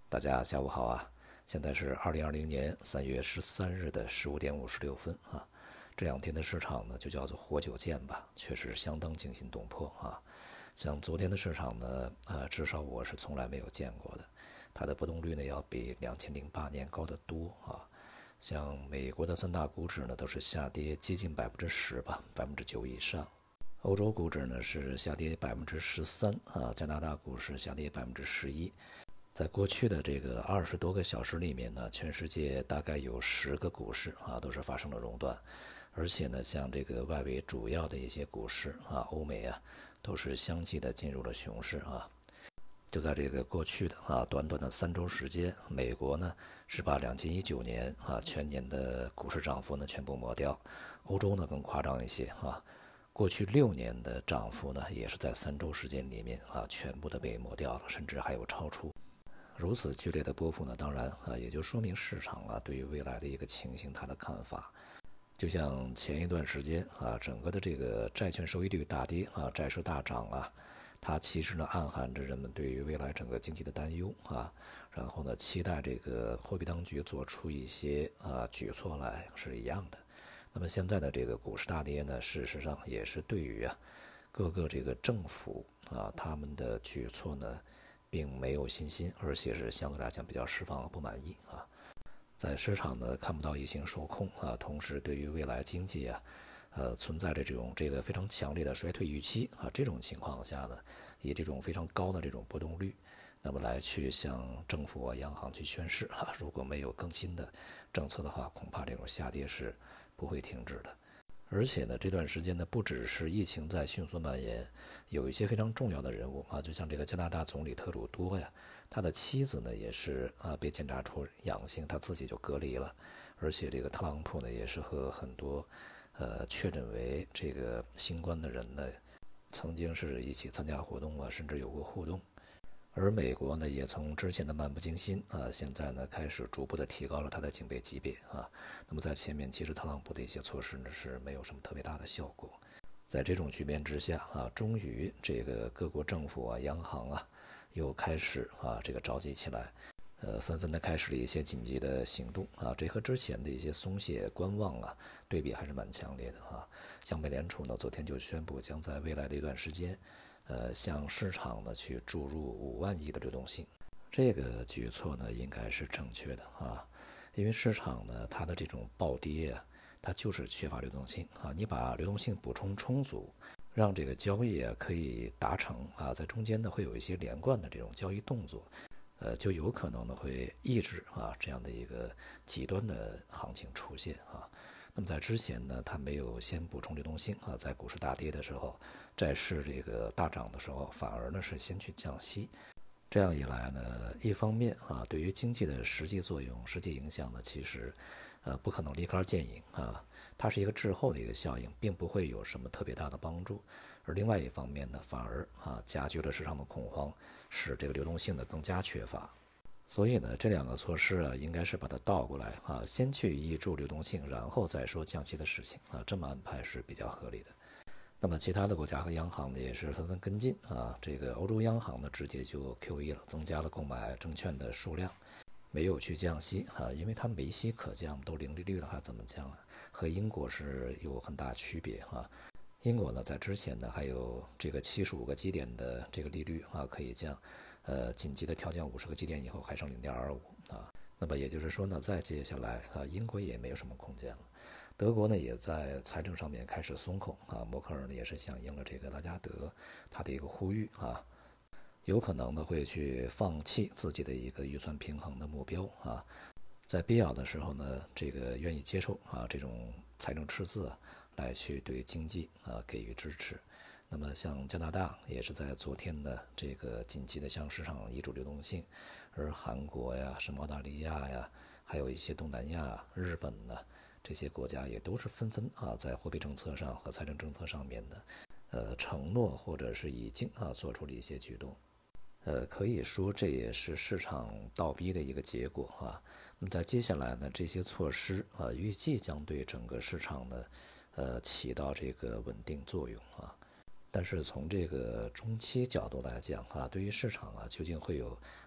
大家下午好啊！现在是2020年3月13日的15点56分啊。这2天的市场呢，就叫做活久见吧，确实相当惊心动魄啊。像昨天的市场呢，至少我是从来没有见过的，它的波动率呢要比2008年高得多啊。像美国的3大股指呢，都是下跌接近10%吧，9%以上。欧洲股指呢是下跌13%啊，加拿大股市下跌11%。在过去的这个20多个小时里面呢，全世界大概有10个股市啊都是发生了熔断，而且呢，像这个外围主要的一些股市啊，欧美啊，都是相继的进入了熊市啊。就在这个过去的短短的3周时间，美国呢是把2019年全年的股市涨幅呢全部抹掉，欧洲呢更夸张一些啊，过去6年的涨幅呢也是在3周时间里面全部的被抹掉了，甚至还有超出。如此剧烈的波幅呢，当然也就说明市场对于未来的一个情形它的看法。就像前一段时间整个的这个债券收益率大跌债市大涨它其实呢暗含着人们对于未来整个经济的担忧然后呢期待这个货币当局做出一些举措来是一样的。那么现在的这个股市大跌呢，事实上也是对于各个这个政府他们的举措呢并没有信心，而且是相对来讲比较失望不满意在市场呢看不到疫情受控同时对于未来经济存在着这个非常强烈的衰退预期这种情况下呢，以这种非常高的这种波动率，那么来去向政府央行去宣示如果没有更新的政策的话，恐怕这种下跌是不会停止的。而且呢，这段时间呢，不只是疫情在迅速蔓延，有一些非常重要的人物就像这个加拿大总理特鲁多呀，他的妻子呢也是被检查出阳性，他自己就隔离了。而且这个特朗普呢也是和很多确诊为这个新冠的人呢，曾经是一起参加活动甚至有过互动。而美国呢，也从之前的漫不经心现在呢开始逐步的提高了它的警备级别那么在前面，其实特朗普的一些措施呢是没有什么特别大的效果。在这种局面之下终于这个各国政府央行又开始这个着急起来，纷纷的开始了一些紧急的行动这和之前的一些松懈观望对比还是蛮强烈的像美联储呢，昨天就宣布将在未来的一段时间向市场呢去注入5万亿的流动性。这个举措呢应该是正确的因为市场呢它的这种暴跌它就是缺乏流动性你把流动性补充充足，让这个交易可以达成在中间呢会有一些连贯的这种交易动作，就有可能呢会抑制这样的一个极端的行情出现那么在之前呢，它没有先补充流动性在股市大跌的时候，债市这个大涨的时候，反而呢是先去降息。这样一来呢，一方面对于经济的实际作用、实际影响呢，其实不可能立竿见影它是一个滞后的一个效应，并不会有什么特别大的帮助。而另外一方面呢，反而加剧了市场的恐慌，使这个流动性呢更加缺乏。所以呢，这2个措施应该是把它倒过来先去抑制流动性，然后再说降息的事情这么安排是比较合理的。那么其他的国家和央行呢也是纷纷跟进这个欧洲央行呢直接就 QE 了，增加了购买证券的数量，没有去降息因为它没息可降，都零利率了还怎么降和英国是有很大区别英国呢在之前呢还有这个75个基点的这个利率可以降，紧急的调降50个基点以后还剩0.25那么也就是说呢，再接下来英国也没有什么空间了。德国呢也在财政上面开始松口默克尔呢也是响应了这个拉加德他的一个呼吁有可能呢会去放弃自己的一个预算平衡的目标在必要的时候呢，这个愿意接受这种财政赤字来去对经济给予支持。那么像加拿大也是在昨天的这个紧急的向市场移注流动性，而韩国呀、什么澳大利亚呀，还有一些东南亚、日本呢，这些国家也都是纷纷在货币政策上和财政政策上面呢，承诺或者是已经做出了一些举动。可以说这也是市场倒逼的一个结果那么在接下来呢，这些措施预计将对整个市场呢，起到这个稳定作用但是从这个中期角度来讲对于市场究竟会有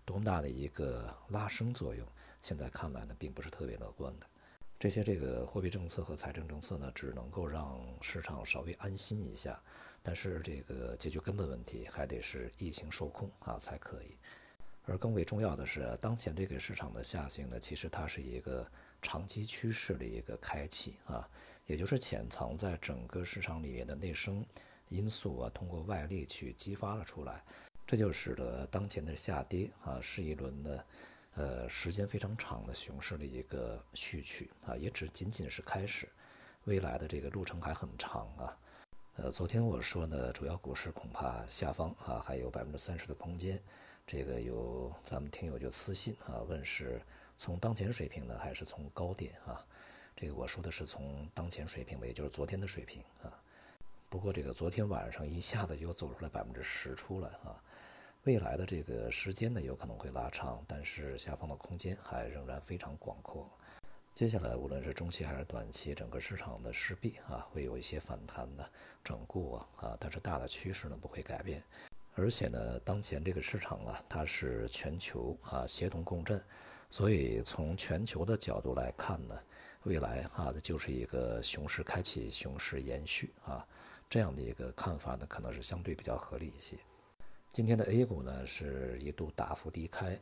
多么大的一个拉升作用，现在看来呢，并不是特别乐观的。这个货币政策和财政政策呢，只能够让市场稍微安心一下，但是这个解决根本问题还得是疫情受控才可以。而更为重要的是，当前这个市场的下行呢，其实它是一个长期趋势的一个开启也就是潜藏在整个市场里面的内生因素通过外力去激发了出来，这就使得当前的下跌是一轮的时间非常长的熊市的一个序曲也只仅仅是开始，未来的这个路程还很长昨天我说呢，主要股市恐怕下方还有30%的空间。这个有咱们听友就私信问是从当前水平呢，还是从高点这个我说的是从当前水平，也就是昨天的水平不过这个昨天晚上一下子就走出来10%出来未来的这个时间呢，有可能会拉长，但是下方的空间还仍然非常广阔。接下来无论是中期还是短期，整个市场的势必会有一些反弹的整固但是大的趋势呢不会改变。而且呢，当前这个市场它是全球协同共振，所以从全球的角度来看呢，未来就是一个熊市开启、熊市延续这样的一个看法呢，可能是相对比较合理一些。今天的 A 股呢是一度大幅低开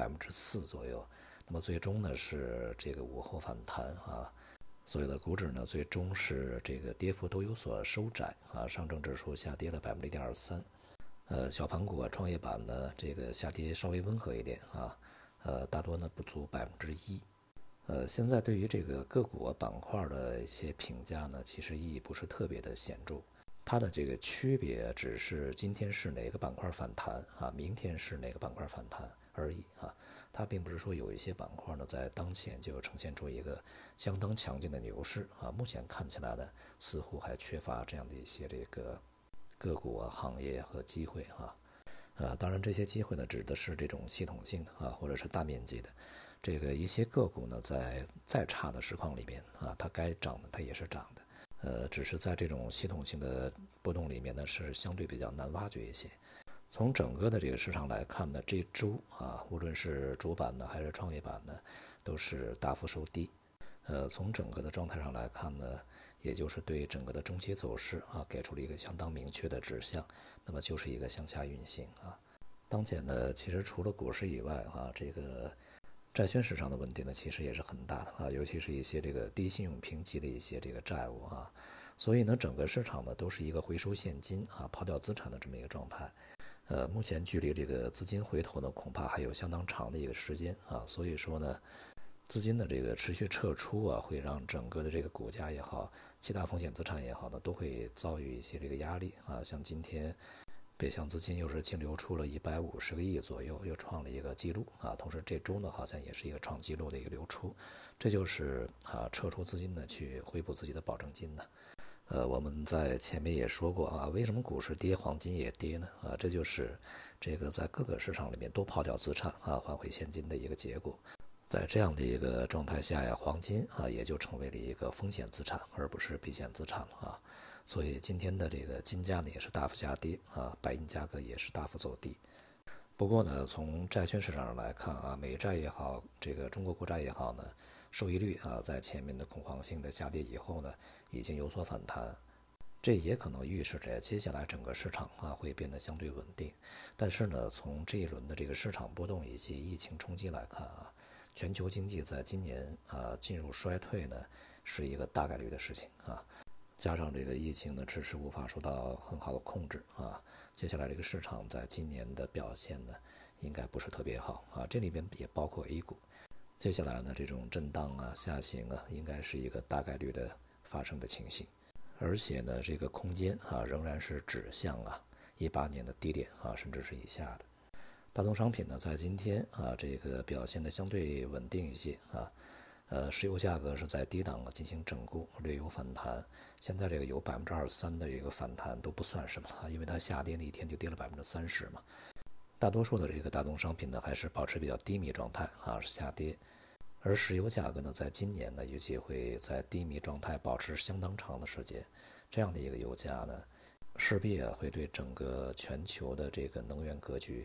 4%左右，那么最终呢是这个午后反弹所有的股指呢最终是这个跌幅都有所收窄上证指数下跌了1.23%，小盘股创业板呢这个下跌稍微温和一点大多呢不足1%。现在对于这个个股板块的一些评价呢，其实意义不是特别的显著。它的这个区别只是今天是哪个板块反弹明天是哪个板块反弹而已它并不是说有一些板块呢在当前就呈现出一个相当强劲的牛市目前看起来呢似乎还缺乏这样的一些这个个股行业和机会当然这些机会呢指的是这种系统性的或者是大面积的。这个一些个股呢在再差的市况里边它该涨的它也是涨的。只是在这种系统性的波动里面呢，是相对比较难挖掘一些。从整个的这个市场来看呢，这周无论是主板呢还是创业板呢，都是大幅收低。从整个的状态上来看呢，也就是对整个的中期走势给出了一个相当明确的指向，那么就是一个向下运行当前呢，其实除了股市以外这个债券市场的问题呢，其实也是很大的尤其是一些这个低信用评级的一些这个债务所以呢，整个市场呢都是一个回收现金抛掉资产的这么一个状态。目前距离这个资金回头呢，恐怕还有相当长的一个时间所以说呢，资金的这个持续撤出会让整个的这个股价也好，其他风险资产也好呢，都会遭遇一些这个压力像今天北向资金又是净流出了150个亿左右，又创了一个记录同时这周呢好像也是一个创纪录的一个流出，这就是撤出资金呢去恢复自己的保证金呢。我们在前面也说过为什么股市跌，黄金也跌呢这就是这个在各个市场里面都抛掉资产换回现金的一个结果。在这样的一个状态下黄金也就成为了一个风险资产，而不是避险资产了所以今天的这个金价呢也是大幅下跌白银价格也是大幅走低。不过呢，从债券市场上来看美债也好，这个中国国债也好呢，收益率在前面的恐慌性的下跌以后呢，已经有所反弹。这也可能预示着接下来整个市场会变得相对稳定。但是呢，从这一轮的这个市场波动以及疫情冲击来看全球经济在今年进入衰退呢，是一个大概率的事情加上这个疫情呢迟迟无法受到很好的控制接下来这个市场在今年的表现呢应该不是特别好这里边也包括 A 股。接下来呢这种震荡下行应该是一个大概率的发生的情形。而且呢这个空间仍然是指向18年的低点甚至是以下的。大宗商品呢在今天这个表现的相对稳定一些石油价格是在低档进行整固，略有反弹。现在这个有23%的这个反弹都不算什么因为它下跌那一天就跌了30%嘛。大多数的这个大宗商品呢还是保持比较低迷状态是下跌。而石油价格呢在今年呢预计会在低迷状态保持相当长的时间。这样的一个油价呢势必会对整个全球的这个能源格局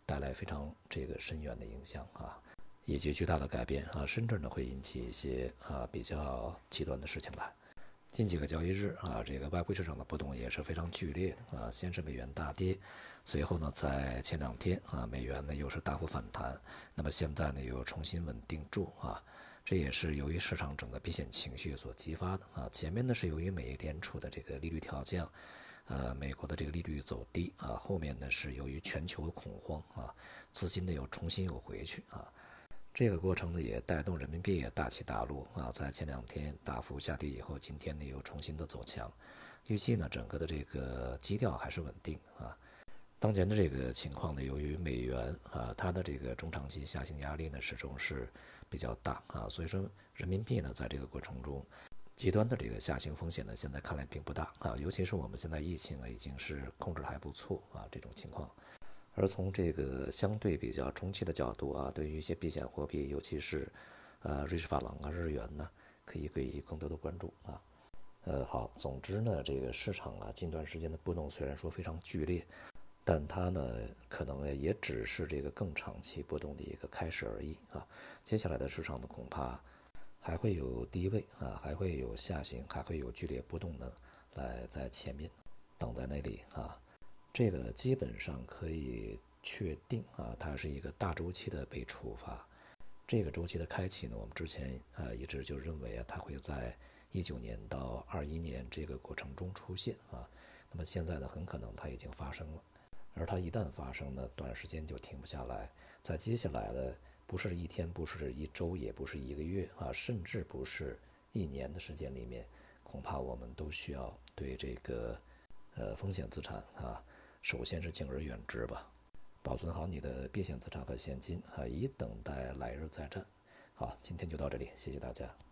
带来非常深远的影响啊，以及巨大的改变啊，甚至呢会引起一些比较极端的事情来。近几个交易日啊，外汇市场的波动也是非常剧烈啊。先是美元大跌，随后呢，在前2天啊，美元呢又是大幅反弹，那么现在呢又重新稳定住啊。这也是由于市场整个避险情绪所激发的啊。前面呢是由于美联储的利率调降，美国的利率走低啊，后面呢是由于全球的恐慌啊，资金呢又重新回去啊。这个过程呢，也带动人民币也大起大落啊，在前2天大幅下跌以后，今天呢又重新的走强。预计呢，整个的基调还是稳定啊。当前的情况呢，由于美元啊，它的中长期下行压力呢始终是比较大啊，所以说人民币呢在这个过程中，极端的下行风险呢，现在看来并不大啊，尤其是我们现在疫情已经是控制还不错啊，这种情况。而从相对比较中期的角度啊，对于一些避险货币，尤其是瑞士法郎啊、日元呢，可以给予更多的关注啊。好，总之呢，市场啊近段时间的波动虽然说非常剧烈，但它呢可能也只是更长期波动的一个开始而已啊。接下来的市场呢恐怕还会有低位啊，还会有下行，还会有剧烈波动呢来在前面等在那里啊。这个基本上可以确定啊，它是一个大周期的被触发。这个周期的开启呢，我们之前一直就认为啊，它会在19年到21年这个过程中出现啊。那么现在呢，很可能它已经发生了，而它一旦发生呢，短时间就停不下来。在接下来的不是1天，不是1周，也不是1个月啊，甚至不是1年的时间里面，恐怕我们都需要对风险资产啊。首先是敬而远之吧，保存好你的避险资产和现金啊，以等待来日再战。好，今天就到这里，谢谢大家。